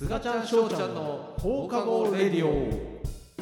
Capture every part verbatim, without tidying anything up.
すがちゃんしょうちゃんの放課後レディオ。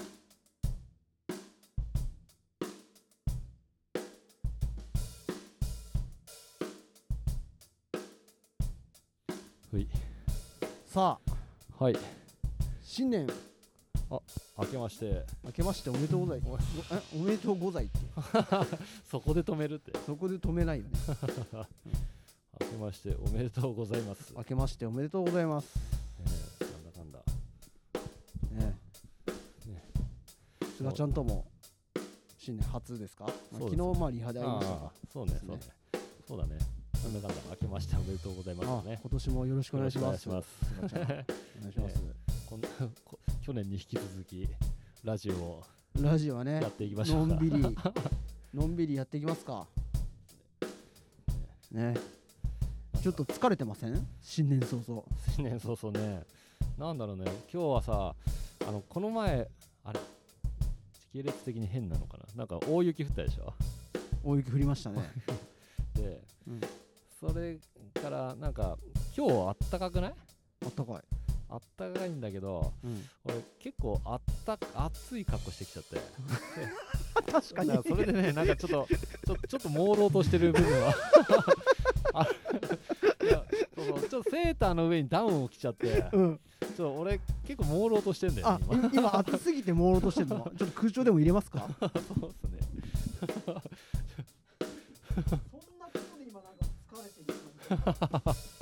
はい。 さあ、 はい。 新年あ、明けまして明けましておめでとうございます。え、おめでとうございってそこで止めるってそこで止めないよね明けましておめでとうございます。 明けましておめでとうございます。 えー、なんだかんだねえ、 ねすがちゃんとも新年初ですか？まあ、 そうです昨日まあリハで会いましたが、 あそうね、そうね、そうだね。なんだかんだ明けましておめでとうございますね。 今年もよろしくお願いします。 よろしくお願いします。 すがちゃんお願いします、 ね、こんこ去年に引き続きラジオをラジオはねやっていきましょうか。 のんびりのんびりやっていきますかね。ちょっと疲れてません？新年早々 新年早々ね。なんだろうね、今日はさ、あのこの前あれ時系列的に変なのかな、なんか大雪降ったでしょ。 大雪降りましたねで、 うん、 それからなんか今日あったかくない？ あったかいあったかいんだけど、 うん、 俺結構あった暑い格好してきちゃって確かにだからそれでね、なんかちょっとちょちょっと朦朧としてる部分はあいやそうそう、ちょっとセーターの上にダウンを着ちゃって、 うん、 ちょっと俺結構朦朧としてんだよね。 あ、今, 今暑すぎて朦朧としてるのちょっと空調でも入れますか？ そうっすねそんなことで今なんか疲れてる感じ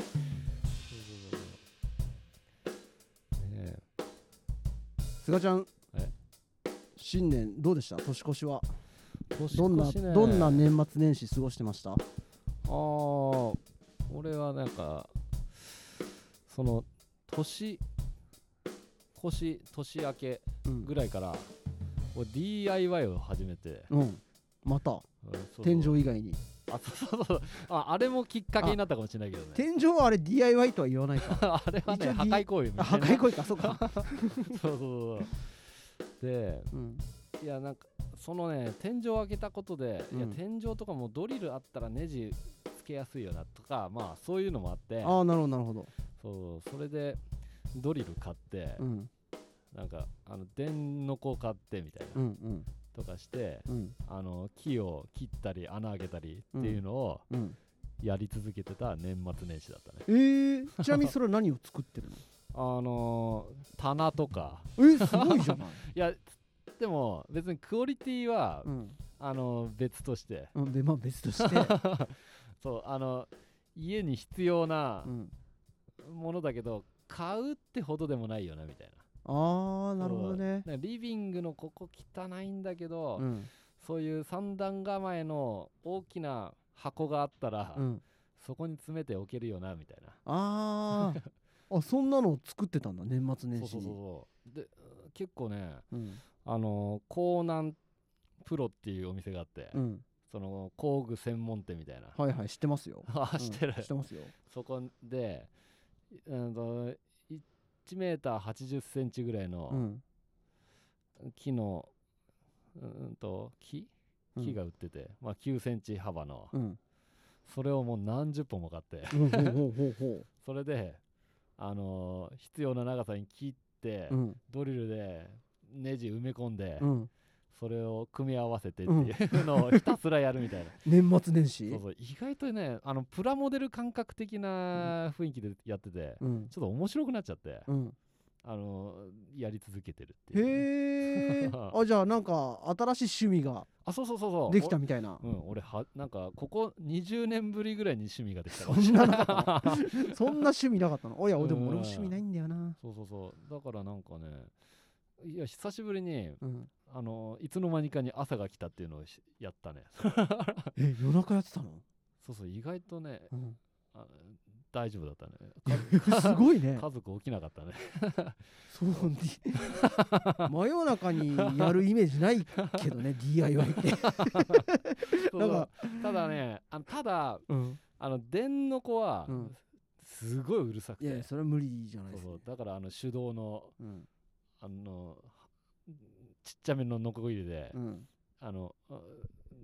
ねえ、 すがちゃんえ新年どうでした？年越しは年越しね、 どんなどんな年末年始過ごしてました？ あー、俺はなんかその年越し年明けぐらいから、うん、ディーアイワイ を始めて、 うん、また、うん、 そうそう、 天井以外にあ、そうそうそう、あ、あれもきっかけになったかもしれないけどね。 天井はあれ ディーアイワイ とは言わないかあれはね、破壊行為みたいな。 破壊行為か、そうかそうそうそうで、うん、いやなんかそのね、天井を開けたことで、うん、いや天井とかもドリルあったらネジつけやすいよなとか、まあそういうのもあって、 ああ、なるほどなるほど、 そうそれでドリル買って、うん、なんかあの電の子買ってみたいな、うんうん、とかして、うん、あの木を切ったり穴開けたりっていうのをやり続けてた年末年始だったね。 えー、ちなみにそれは何を作ってるの？ あのー、棚とか。 えー、すごいじゃないいやでも別にクオリティは、うん、あの別として、 うん、でまあ別としてそう、あの家に必要なものだけど、買うってほどでもないよなみたいな。 あー、なるほどね。 リビングのここ汚いんだけど、うん、そういう三段構えの大きな箱があったら、うん、そこに詰めておけるよなみたいな。 ああそんなのを作ってたんだ、年末年始に。 そうそうそうで結構ね、うん、あの港南プロっていうお店があって、うん、その工具専門店みたいな。 はいはい、知ってますよあ、知ってる、 うん、知ってますよ。 そこで、うんといちメーターはちじゅっセンチぐらいの木の、うんと木木が売ってて、うん、まあきゅうセンチ幅の、うん、それをもう何十本も買ってそれで、あのー、必要な長さに切って、うん、ドリルでネジ埋め込んで、うん、それを組み合わせてっていうのをひたすらやるみたいな年末年始。 そうそう、意外とね、あのプラモデル感覚的な雰囲気でやってて、うん、ちょっと面白くなっちゃって、うん、あのやり続けてるっていう、 ね、へえあ、じゃあなんか新しい趣味があ、そうそうそうそうできたみたいな。 うん、俺はなんかここにじゅうねんぶりぐらいに趣味ができたかもそんしれないなそんな趣味なかったの？いやでも俺も趣味ないんだよな。 そうそうそう、だからなんかね、いや久しぶりに、うん、あのいつの間にかに朝が来たっていうのをやったねえ、夜中やってたの？ そうそう、意外とね、うん、あ大丈夫だったねすごいね。 家族起きなかったねそう真夜中にやるイメージないけどねディーアイワイ ってなんかただね、あのただ、うん、あの電の子は、うん、すごいうるさくて、 いやそれは無理じゃないですか、ね、 そうそう、だからあの手動の、うん、あのちっちゃめのノコギリで、うん、あの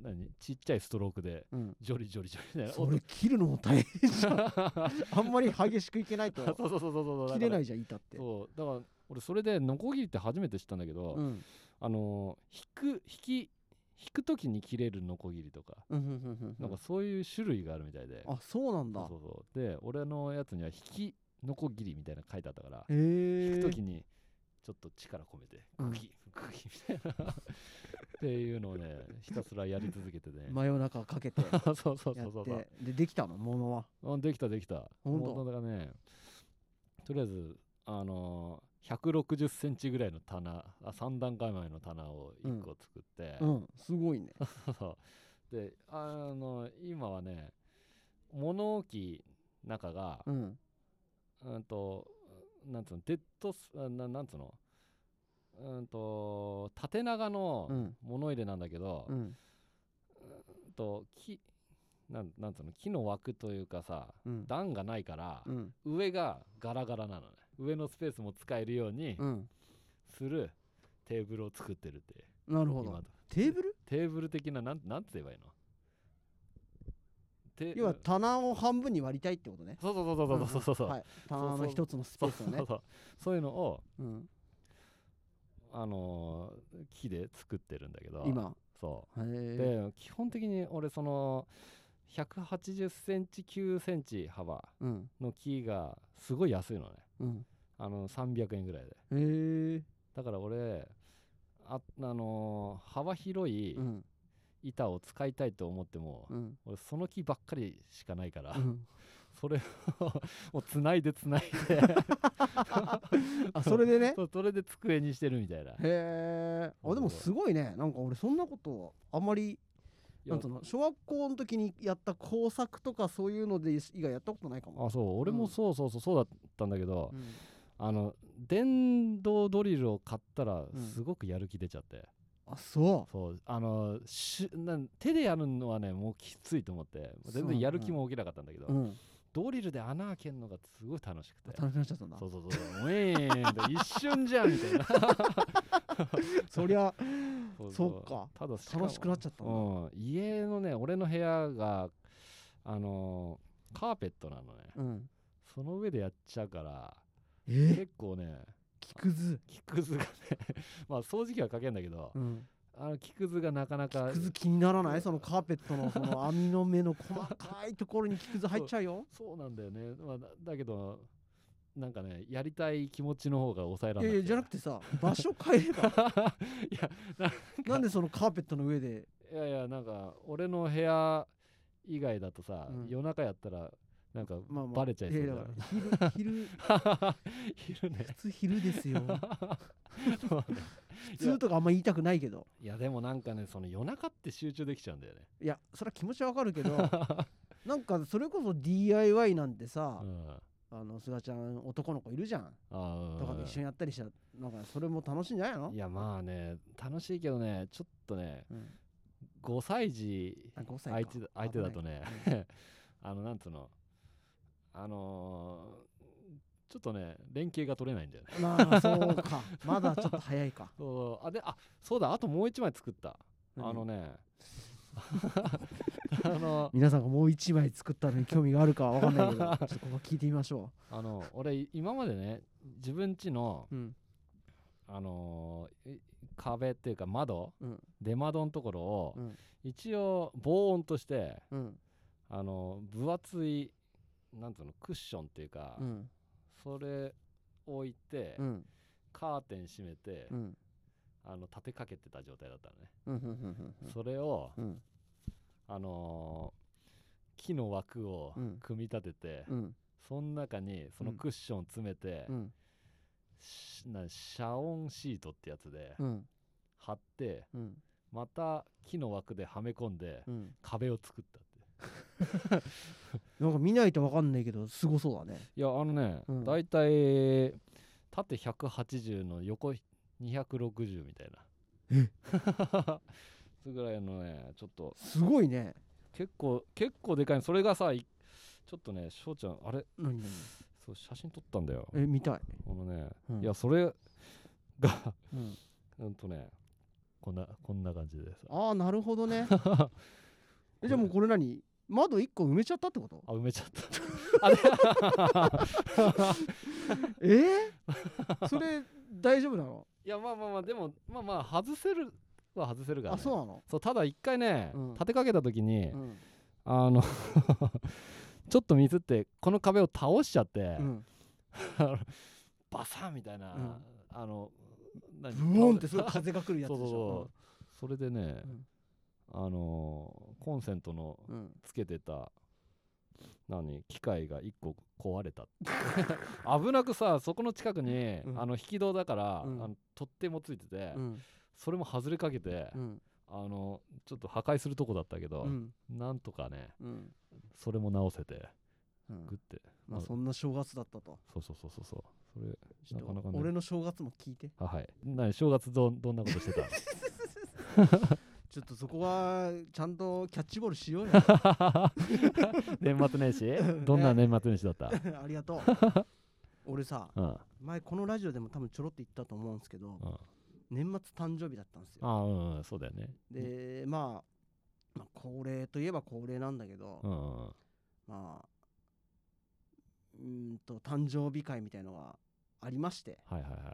何ちっちゃいストロークでうんジョリジョリジョリみたいなそれ切るのも大変じゃんあんまり激しくいけないとそうそうそうそうそう切れないいじゃん板ってそうだから俺それでノコギリって初めて知ったんだけど、 うんあのー引く引き引く時に切れるノコギリとか、 うんうんうんなんかそういう種類があるみたいで、 あそうなんだそうそうそうで俺のやつには引きノコギリみたいなの書いてあったから、 へえ引く時にちょっと力込めてうんグキグキみたいなっていうのをねひたすらやり続けてね真夜中かけてそうそうそうやっそうてでできたのものはあできたできたほんともうだからねとりあえずあのーひゃくろくじゅっセンチぐらいの棚あさん段階前の棚をいっこ作って、 うんすごいねそうであの今はね物置中がう、んうんとなんつうのデッドスあななんつうのうんと縦長のうん物入れなんだけど、 うんうんと木なんなんつうの木の枠というかさうん段がないから、 うん上がガラガラなのね上のスペースも使えるようにうんするテーブルを作ってるってなるほど今テーブルテーブル的ななんなんて言えばいいのテ要は棚を半分に割りたいってことねそうそうそうそうそうそうそう、 はい棚の一つのスペースをねそうそうそういうのをうんあのー木で作ってるんだけど今そうへえで基本的に俺そのひゃくはちじゅっセンチきゅうセンチ幅うんの木がすごい安いのねうんあのさんびゃくえんぐらいでへえだから俺あ、あのー幅広いうん板を使いたいと思っても、 うん俺その木ばっかりしかないから、 うんそれをもうつないでつないであそれでねそうそれで机にしてるみたいなへえあでもすごいねなんか俺そんなことあんまりなんつうの小学校の時にやった工作とかそういうので以外やったことないかもあそう俺もそうそうそうそうだったんだけど、 うんあの電動ドリルを買ったらんすごくやる気出ちゃって、 あそそうあのしなん手でやるのはねもうきついと思って全然やる気も起きなかったんだけど、 ううんドリルで穴開けるのがすごい楽しくて楽しくなっちゃったんだそうそうそうウェーンって一瞬じゃんみたいなそりゃそうそうかただしかも楽しくなっちゃったんだうん、家のね俺の部屋があのーカーペットなのねうんその上でやっちゃうからえ結構ね木くず木くずがねまあ掃除機はかけんだけど、 うんあの木くずがなかなか木くず気にならないそのカーペットのその網の目の細かいところに木くず入っちゃうよそうなんだよね、まあ、だだけどなんかねやりたい気持ちの方が抑えらいやいれなくてやじゃなくてさ場所変えればいやななんでそのカーペットの上でいやいやなんか俺の部屋以外だとさ、 うん夜中やったらなんかまあまあバレちゃいそういやじゃん、 だから昼昼昼ね普通昼ですよそうね普通とかあんま言いたくないけどいやでもなんかねその夜中って集中できちゃうんだよね、 いやそれは気持ちはわかるけどなんかそれこそ ディーアイワイ なんてさ、 うん、 あの菅ちゃん男の子いるじゃんあとかで一緒にやったりしたらなんかそれも楽しいんじゃないのいやまあね楽しいけどねちょっとねうんごさい児あごさいか相手だ相手だとね危ないあのなんつうのあのーちょっとね連携が取れないんだよねうんまあそうかまだちょっと早いかそうあであそうだあともう一枚作った何あのねあの皆さんがもう一枚作ったのに興味があるかわかんないけどちょっとここ聞いてみましょあの俺今までね自分家のううんあのーい壁っていうか窓うん出窓のところをうん一応防音としてうんあの分厚いなんつうのクッションっていうか、 うんそれ置いて、 うんカーテン閉めて、 うんあの立てかけてた状態だったのね、 うんうんうんそれを、 うんあのー木の枠をうん組み立てて、 うんその中にそのクッション詰めて、 うんしな遮音シートってやつでうん貼って、 うんまた木の枠ではめ込んで、 うん壁を作ったってなんか見ないとわかんないけどすごそうだねいやあのね、 うんだいたい縦ひゃくはちじゅうの横にひゃくろくじゅうみたいなえそれぐらいのねちょっとすごいね結構結構でかいのそれがさいちょっとね翔ちゃんあれ何何そう写真撮ったんだよえ見たいこのね、 うんいやそれがうんうんとねこんなこんな感じでさ。 ああなるほどねえじゃあもうこれ何窓いっこ埋めちゃったってこと？ あ埋めちゃったあれえー、それ大丈夫なの？ いやまあまあまあでもまあまあ外せるは外せるからね。 あそうなの？ そうただ一回ね、 うん、 立てかけた時に、 うん、 あのちょっとミスってこの壁を倒しちゃって、うん、バサンみたいな、うん、あの何ブーンってすごい風が来るやつでしょ。そうそうそれでね、うん、あのー、コンセントのつけてた、何機械がいっこ壊れた危なくさそこの近くに、うん、あの引き戸だから、うん、あの取っ手もついてて、うん、それも外れかけて、うん、あのちょっと破壊するとこだったけど、うん、なんとかね、うん、それも直せて、うん、グッてまあそんな正月だったと。 そうそうそうそうそうそれなかなかね俺の正月も聞いて。 あはいな正月どどんなことしてたちょっとそこはちゃんとキャッチボールしようよ年末年始どんな年末年始だったありがとう俺さ、うん、前このラジオでも多分ちょろっと言ったと思うんですけど、うん、年末誕生日だったんですよ。 ああうんそうだよね。 で、まあ、まあ恒例といえば恒例なんだけど、うん、まあうんと誕生日会みたいのがありまして、はいはいはい、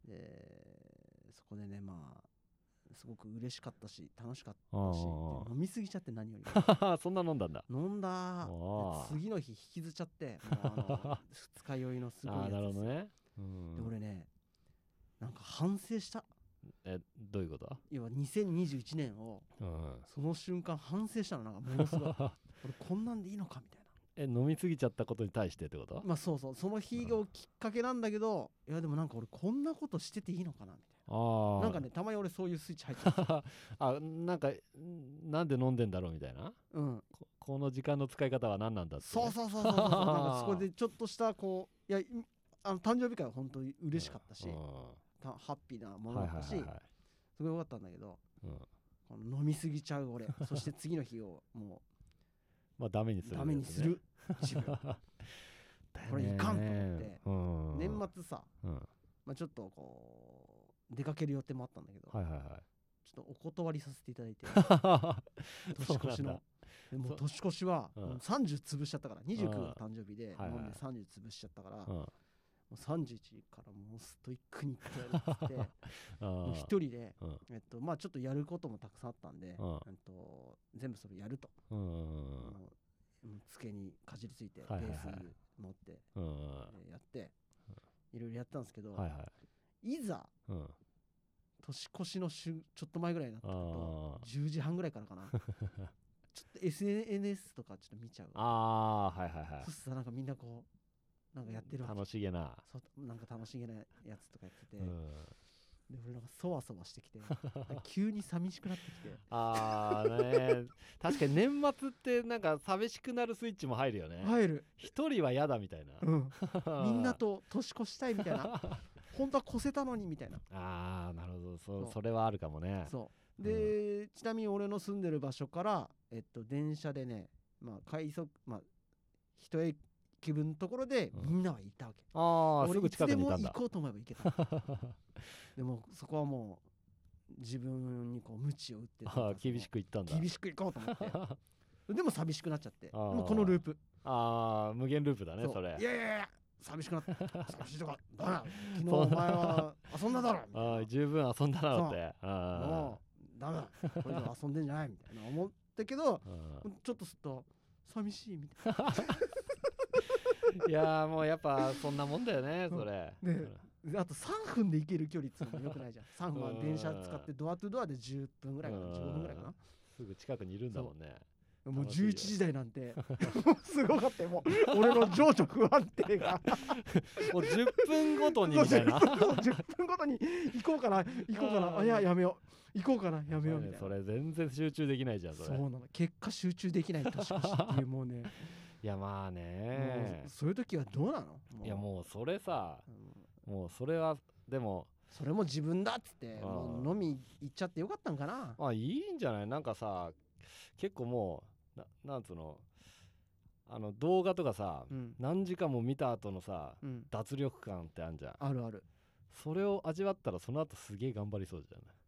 でそこでねまあすごく嬉しかったし楽しかったし飲みすぎちゃって何よりそんな飲んだんだ。 飲んだ次の日引きずっちゃってもうあの二日酔いのすごいやつですよ。 あなるほどね、うん、 で俺ねなんか反省した。 えどういうこと？ 要はにせんにじゅういちねんを、うん、その瞬間反省したの。なんかものすごい俺こんなんでいいのかみたいな。 え飲みすぎちゃったことに対してってこと？ まあそうそうその日がきっかけなんだけど、うん、いやでもなんか俺こんなことしてていいのかなみたいな。あなんかねたまに俺そういうスイッチ入ってるあなんかなんで飲んでんだろうみたいな、うん、こ, この時間の使い方は何なんだって、ね、 そうそうそうそうそうなんかそこでちょっとしたこういやあの誕生日会は本当に嬉しかったし、うん、ハッピーなものだったし、はいはいはい、すごい良かったんだけど、うん、この飲みすぎちゃう俺そして次の日をもうまあダメにする、ね、 ダメにする自分これいかんと思って、うん、年末さ、うんまあ、ちょっとこう出かける予定もあったんだけど、はいはいはい、ちょっとお断りさせていただいて年越しのでも年越しはもうさんじゅう潰しちゃったからにじゅうくが誕生日で飲んでさんじゅう潰しちゃったから、もうさんじゅういちからもうストイックにやってもう一人で、えっとまあ、ちょっとやることもたくさんあったんで、えっと、全部それやると、うんもうつけにかじりついてベース持ってやっていろいろやったんですけど、はいはい、いざ、うん、年越しの週ちょっと前ぐらいになってくるとじゅうじはんぐらいからかなちょっと エスエヌエス とかちょっと見ちゃう。 ああはいはいはい。 そしたらなんかみんなこうなんかやってるわけ。 楽しげなそうなんか楽しげなやつとかやってて、うん、で俺なんかそわそわしてきて急に寂しくなってきてああね確かに年末ってなんか寂しくなるスイッチも入るよね。 入る。 一人は嫌だみたいな、 うん、みんなと年越したいみたいな本当は越せたのにみたいな。 ああなるほど そ, それはあるかもね。 そうで、うん、ちなみに俺の住んでる場所からえっと電車でねまあ快速まあ一駅分のところでみんなはいたわけ、 うん、ああすぐ近くにいたんだ。 俺いつでも行こうと思えば行けたでもそこはもう自分にこう鞭を打ってあ厳しく行ったんだ。 厳しく行こうと思ってでも寂しくなっちゃってでもこのループああ無限ループだね そ, それ。 いやいやいや寂しくなって寂しいとかだな昨日お前は遊んだだろみたいな。 あ十分遊んだなってあもうダメだこれで遊んでんじゃないみたいな思ったけどちょっとすっと寂しいみたいないやもうやっぱそんなもんだよねそれ、 ねあとさんぷんで行ける距離っていうのもよくないじゃんさんぷんは電車使ってドアトゥドアでじゅっぷんぐらいかなじゅうごふんぐらいかなすぐ近くにいるんだもんね。 もうじゅういちじ台なんてすごかったよもう俺の情緒不安定がもうじゅっぷんごとにみたいなじゅっぷんごとに行こうかな行こうかなあいややめよう行こうかなやめようみたいな。 それ全然集中できないじゃんそれ。 そうなの結果集中できない年越しっていうもうねいやまあねそういう時はどうなの？ いやもうそれさ、うん、もうそれはでもそれも自分だっつってもう飲み行っちゃってよかったんかな。 あいいんじゃない。なんかさ結構もう な, なんつうのあの動画とかさ、うん、何時間も見た後のさ、うん、脱力感ってあるじゃん。 あるある。 それを味わったらその後すげえ頑張りそうじゃない。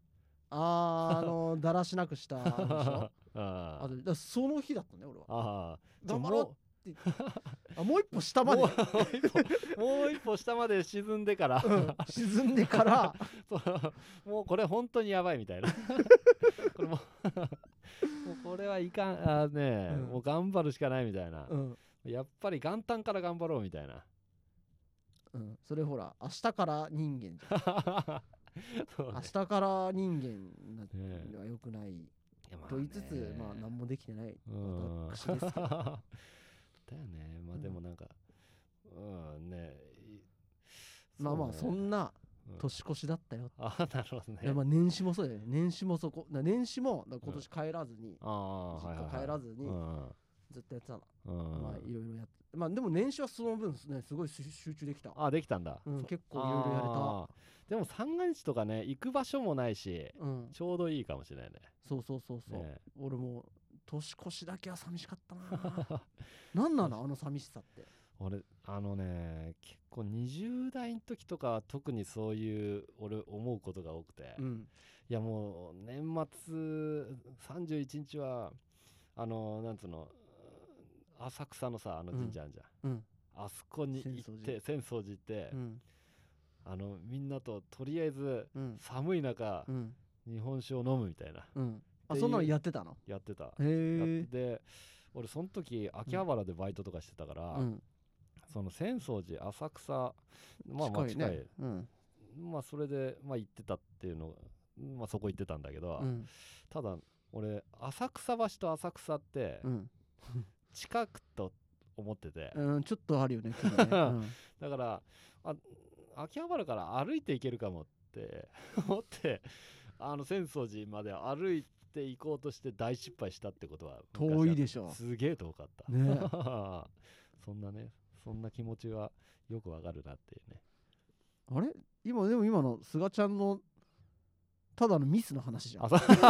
あーあのだらしなくしたでしょああだその日だったね俺は。 あ頑張ろうってあもう一歩下までもう一歩もう一歩下まで沈んでから、 うん、沈んでからそうもうこれ本当にやばいみたいなこれももうこれはいかんあね、うん、もう頑張るしかないみたいな、うん、やっぱり元旦から頑張ろうみたいな、 うん、それほら明日から人間じゃんそう、ね、明日から人間は良くない、ね、と言いつつまあ何もできてない私ですけどだよね。まあでもなんか、うん、うん、ねまあまあそんな年越しだったよ、 うん、あなるほどね。 まあ年始もそうだよね。年始もそこ年始も今年帰らずに、うん、実家帰らずにずっとやってたの、うん、まあいろいろやってまあでも年始はその分ねすごい集中できた。 あできたんだ、 うん、結構いろいろやれた。 でも三が日とかね行く場所もないし、うん、ちょうどいいかもしれないね。 そうそうそうそう、ね、俺も年越しだけは寂しかったななんなのあの寂しさって。 俺あのね結構にじゅう代の時とか特にそういう俺思うことが多くて、うん、いやもう年末さんじゅういちにちはあのなんつうの浅草のさあの神社あんじゃん、うん、あそこに行って浅草寺行って、うん、あのみんなととりあえず寒い中、うん、日本酒を飲むみたいな、うん、 あそんなのやってたの？ やってた。 へー。 やってて俺その時秋葉原でバイトとかしてたから、うん、その浅草寺浅草まあまあ近い、近いね、うん、まあそれでまあ行ってたっていうのまあそこ行ってたんだけど、うん、ただ俺浅草橋と浅草って、うん、近くと思ってて、 うん、ちょっとあるよね、ねうん、 だからあ秋葉原から歩いて行けるかもって思ってあの浅草寺まで歩いて行こうとして大失敗したってことは遠いでしょ。 すげえ遠かった、ね、そんなねそんな気持ちがよくわかるなっていうね。 あれ今でも今の菅ちゃんのただのミスの話じゃん。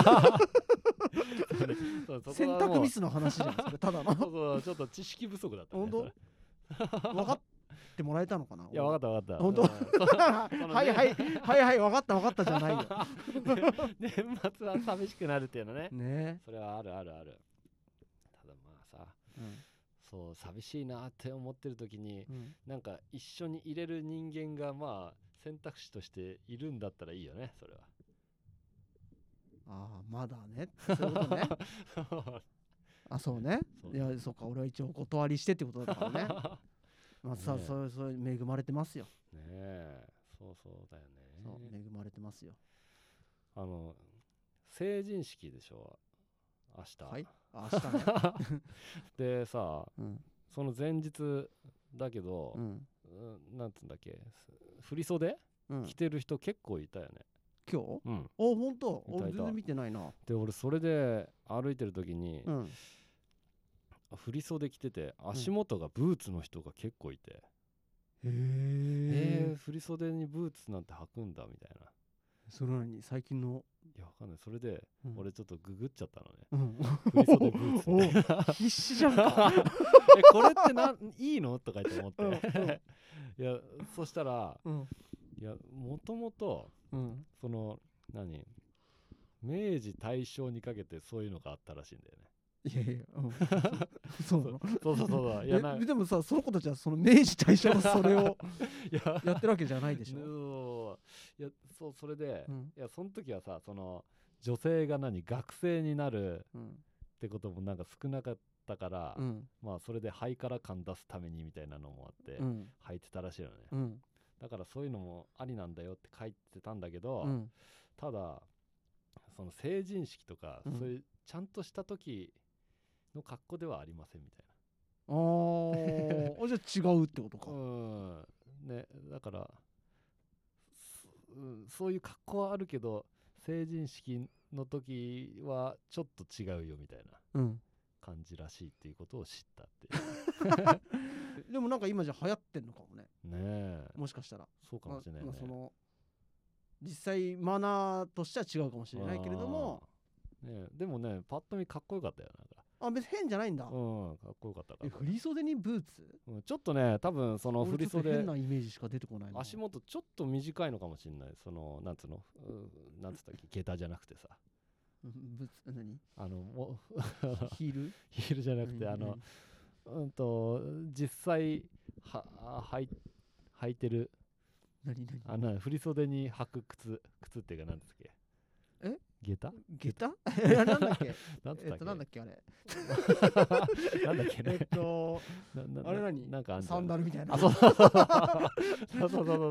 選択ミスの話じゃんそれただのそうそうちょっと知識不足だった、ね、 本当分かってもらえたのかな。 いや分かった分かった本当はいはいはいはい分かった分かったじゃないよ年末は寂しくなるっていうのね。 ねそれはあるあるある。ただまあさ、うん、そう寂しいなって思ってる時に、うん、なんか一緒に入れる人間がまあ選択肢としているんだったらいいよねそれは。 ああまだねそういうことねあそうねそういやそうか俺は一応お断りしてってことだからねまあさ、ね、そうそう恵まれてますよねえそうそうだよね。 そう恵まれてますよ。 あの成人式でしょ明日。 はい明日ねでさ、うん、その前日だけど、うん、なんつうんだっけ振り袖、うん、着てる人結構いたよね今日。うん、お本当俺全然見てないな。 で俺それで歩いてる時に、うん、振り袖着てて足元がブーツの人が結構いて、 うん、へえー、振り袖にブーツなんて履くんだみたいな。 それなに最近のいやわかんない。それで、うん、俺ちょっとググっちゃったのね、 うん、 振り袖ブーツ必死じゃんかえこれってないいのとか言って思って、うん、いやそしたら、うん、いやもともとその何明治大正にかけてそういうのがあったらしいんだよね。 いやいや、うん、そうなのそうそうそういやなでもさその子たちはその明治大正のそれをや, やってるわけじゃないでしょいやそうそれで、うん、いやその時はさその女性が何学生になるってこともなんか少なかったから、うん、まあそれでハイカラ感出すためにみたいなのもあって、うん、履いてたらしいよね、うん、だからそういうのもありなんだよって書いてたんだけど、うん、ただその成人式とか、うん、そういうちゃんとした時の格好ではありませんみたいな。 ああじゃあ違うってことか。 うんねだからそ、うん、そういう格好はあるけど成人式の時はちょっと違うよみたいな感じらしいっていうことを知ったっていうでもなんか今じゃ流行ってんのかもね。 ねえもしかしたらそうかもしれないね、 まあ、その実際マナーとしては違うかもしれないけれども、 ね、でもねパッと見かっこよかったよなんかあ、別に変じゃないんだ。 うん、かっこよかったから。 振り袖にブーツ、 うん、ちょっとね、多分その振り袖、 変なイメージしか出てこないな。 足元ちょっと短いのかもしれない。そのなんつうの、うなんつったっけ、下駄じゃなくてさ、 ブーツ何？ あのもヒール？ ヒールじゃなくて、あのうんと実際は履い履いてる、 何何？ あの振り袖に履く靴、靴っていうかなんですっけ？ え？ 下駄？ 下駄？なんだっけ？ なんつったっけ？ えっとなんだっけあれ？ なんだっけね。 えっとあれ何？ なんかサンダルみたいな。 あ、そうそうそうそうそうそう。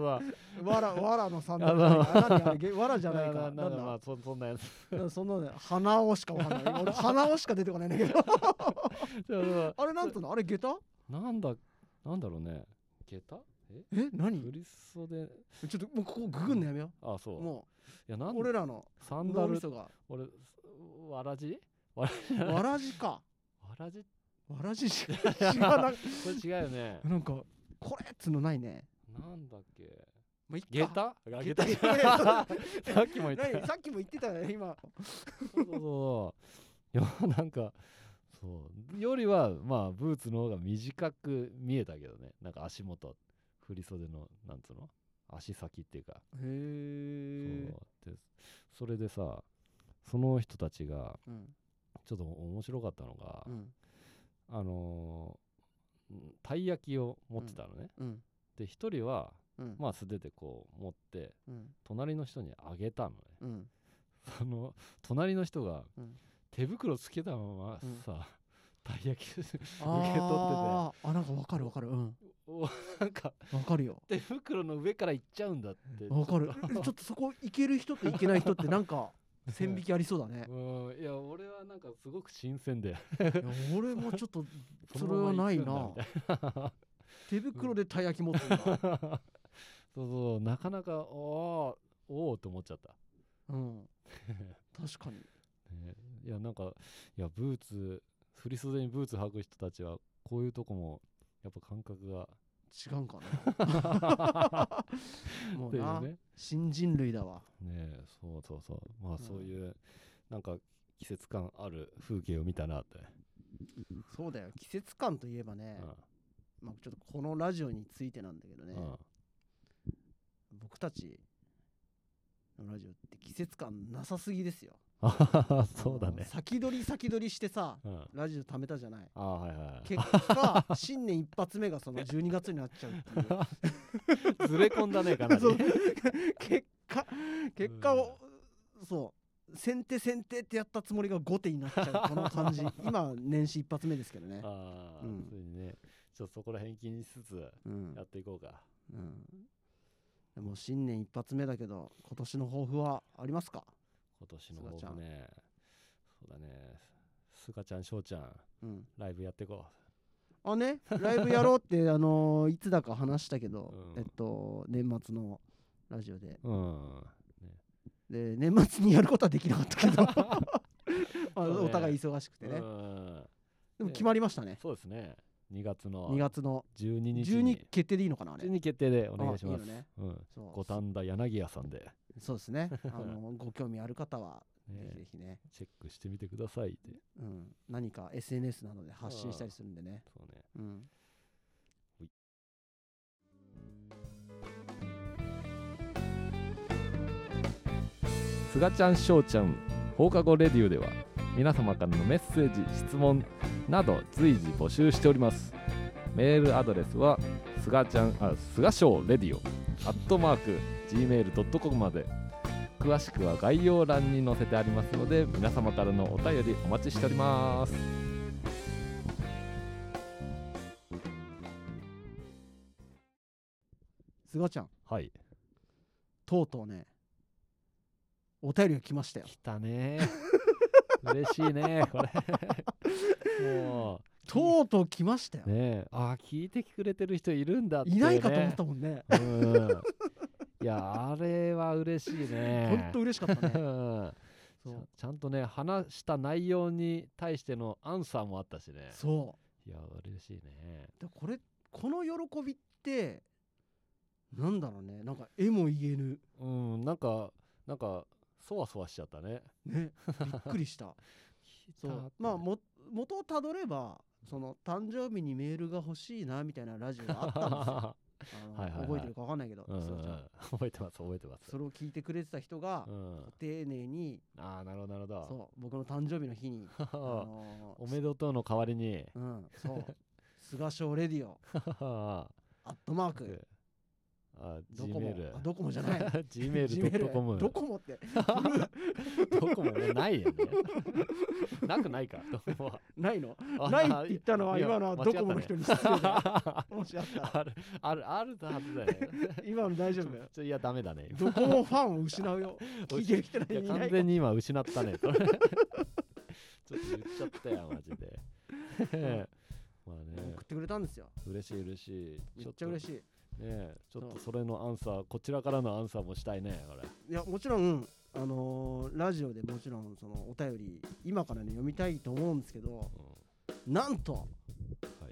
わらわらのサンダル。何あれ？わらじゃないか。 なんだまあそそんなやつ。 そんなね、鼻緒しかわかんない。俺鼻緒しか出てこないんだけど。あれなんつうの？あれ下駄？ なんだなんだろうね。下駄？え？ え？何？ 振り袖。 ちょっともうここググんのやめよう。あ、そう。 もういやなん俺らのサンダル。 が俺わらじ？ わらじか。 わらじ？ わらじしか違うな。これ違うよね。 なんかこれっつのないね。 なんだっけ。 下駄？ 下駄。 さっきも言った。 さっきも言ってたね今。 そうそうそう。いやなんかそうよりはまあブーツの方が短く見えたけどね。なんか足元振り袖のなんつうの足先っていうか。 へえ。 そうでそれでさ、その人たちがうんちょっと面白かったのが、 うん、 あのー、たい焼きを持ってたのね。 うんうん、 で一人は、 うん、 まあ素手でこう持って、うん、隣の人にあげたのね。 うん、 その隣の人が、 うん、 手袋つけたままさ、うん、たい焼き受け取ってて、 ああなんかわかるわかる、うん、 おなんかわかるよ。 手袋の上から行っちゃうんだって。 わかる。ちょっとそこ行ける人と行けない人ってなんか線引きありそうだね。 うん、いや俺はなんかすごく新鮮で俺もちょっとそれはないな。手袋でたい焼き持つんだ。そうそう、なかなかおーおーと思っちゃった。 うん確かに、 ね、いやなんかいやブーツ振り袖にブーツ履く人たちはこういうとこもやっぱ感覚が違うんかなもうな、ね、新人類だわねえ。そうそうそう、まあそういう、うん、なんか季節感ある風景を見たなって。 そうだよ、季節感といえばね、うん、まあちょっとこのラジオについてなんだけどね、うん、僕たちのラジオって季節感なさすぎですよ。 そうだね。 先取り先取りしてさ、うん、ラジオ貯めたじゃない。 あ、はいはい、 結果新年一発目がそのじゅうにがつになっちゃうっていうずれ込んだねかなり結果結果を、うん、そう先手先手ってやったつもりが後手になっちゃうこの感じ今年始一発目ですけどね。 ああ、うん、そういうね、ちょっとそこら辺気にしつつやっていこうか。 うん、うんでも新年一発目だけど今年の抱負はありますか？ 今年の抱負ね、そうだね、すがちゃんしょうちゃん、うん、ライブやっていこう。あねライブやろうってあのー、いつだか話したけど、うん、えっと年末のラジオで、うんね、で年末にやることはできなかったけどまあ、お互い忙しくてね、うん、でも決まりましたね。 そうですね、にがつのにがつのじゅうににちにじゅうに決定でいいのかなあれ。 じゅうに決定でお願いします。 いいね、 うん、五反田柳屋さんで。 そうですね。あのご興味ある方はぜひぜひねチェックしてみてくださいって。 うん、何か エスエヌエス などで発信したりするんでね。 そうね。 うん。 すがちゃんしょうちゃん放課後レディオでは皆様からのメッセージ質問など随時募集しております。メールアドレスはすがちゃんあすがしょうレディオアットマーク ジーメールドットコム まで。詳しくは概要欄に載せてありますので皆様からのお便りお待ちしております。 すがちゃん、 はい、 とうとうねお便りが来ましたよ。 来たね嬉しいねこれもうとうとう来ましたよね。あ聞いてくれてる人いるんだって、ね、 いないかと思ったもんね。 うんいやあれは嬉しいね。 ほんと嬉しかったねそうちゃんとね話した内容に対してのアンサーもあったしね。 そういや嬉しいね。 でこれこの喜びってなんだろうね、なんか絵も言えぬ。 うんなんかなんかそわそわしちゃったね。 ねびっくりしたそうまあも元をたどればその誕生日にメールが欲しいなみたいなラジオがあったんですよあの、はいはいはい、覚えてるか分かんないけど、 うんうんうん、覚えてます覚えてます。 それを聞いてくれてた人が、うん、丁寧にあなるほどなるほどそう僕の誕生日の日に、あのー、おめでとうの代わりに、 うん、そう菅小レディオアットマークあ、G メール。 ドコモじゃない。 G メールドットコム。 ドコモって。 ドコモもないよね。なくないか。ドコモは。 ないの？ないって言ったのは今のはドコモの人に失礼だ。もしあったら。 あるあるあるはずだよ。 今の大丈夫だよ。 ちょいやダメだね。 ドコモファンを失うよ。聞いてる人にいない。 完全に今失ったね。ちょっと言っちゃったよマジで。まあね。 送ってくれたんですよ。 嬉しい嬉しい。 めっちゃ嬉しい。 ね、ちょっとそれのアンサーこちらからのアンサーもしたいねこれ。 いやもちろん、あのー、ラジオでもちろんそのお便り今からね読みたいと思うんですけど、うん、なんと、はい、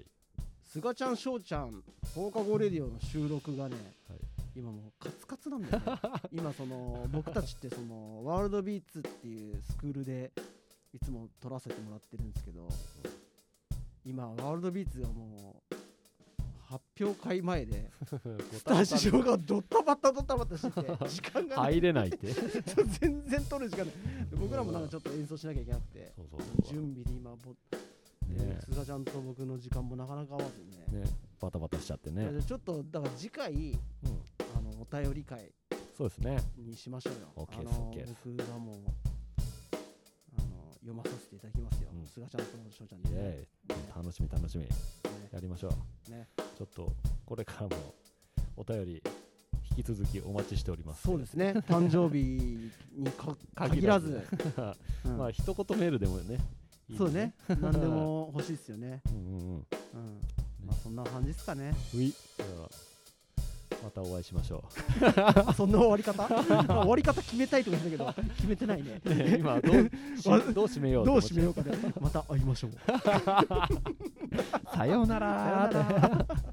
すがちゃんしょうちゃん放課後レディオの収録がね、はい、今もうカツカツなんだよね今その僕たちってそのワールドビーツっていうスクールでいつも撮らせてもらってるんですけど、うん、今ワールドビーツがもう発表会前でスタジオがドタバタドタバタしてて時間が入れないって全然撮る時間ない。僕らもなんかちょっと演奏しなきゃいけなくてそうそうそう準備で今ぼねすがちゃんと僕の時間もなかなか合わずに ね, ねバタバタしちゃってね。 ちょっとだから次回、うん、あのお便り会そうですねにしましょうよ。 オッケーですあのオッケーです。 僕がもうあの読まさせていただきますよ、うん、すがちゃんとしょうちゃんに、ね、 楽しみ楽しみ、ね、やりましょうね。ちょっとこれからもお便り引き続きお待ちしております。 そうですね誕生日にか限らずうん、まあ一言メールでもねいいね。そうね何でも欲しいですよねうんうん、うんうん、まあそんな感じですかね。 ういではまたお会いしましょうそんな終わり方終わり方決めたいとか言ったけど決めてないねね今どうどう締めようどう締めようかねまた会いましょうさようなら。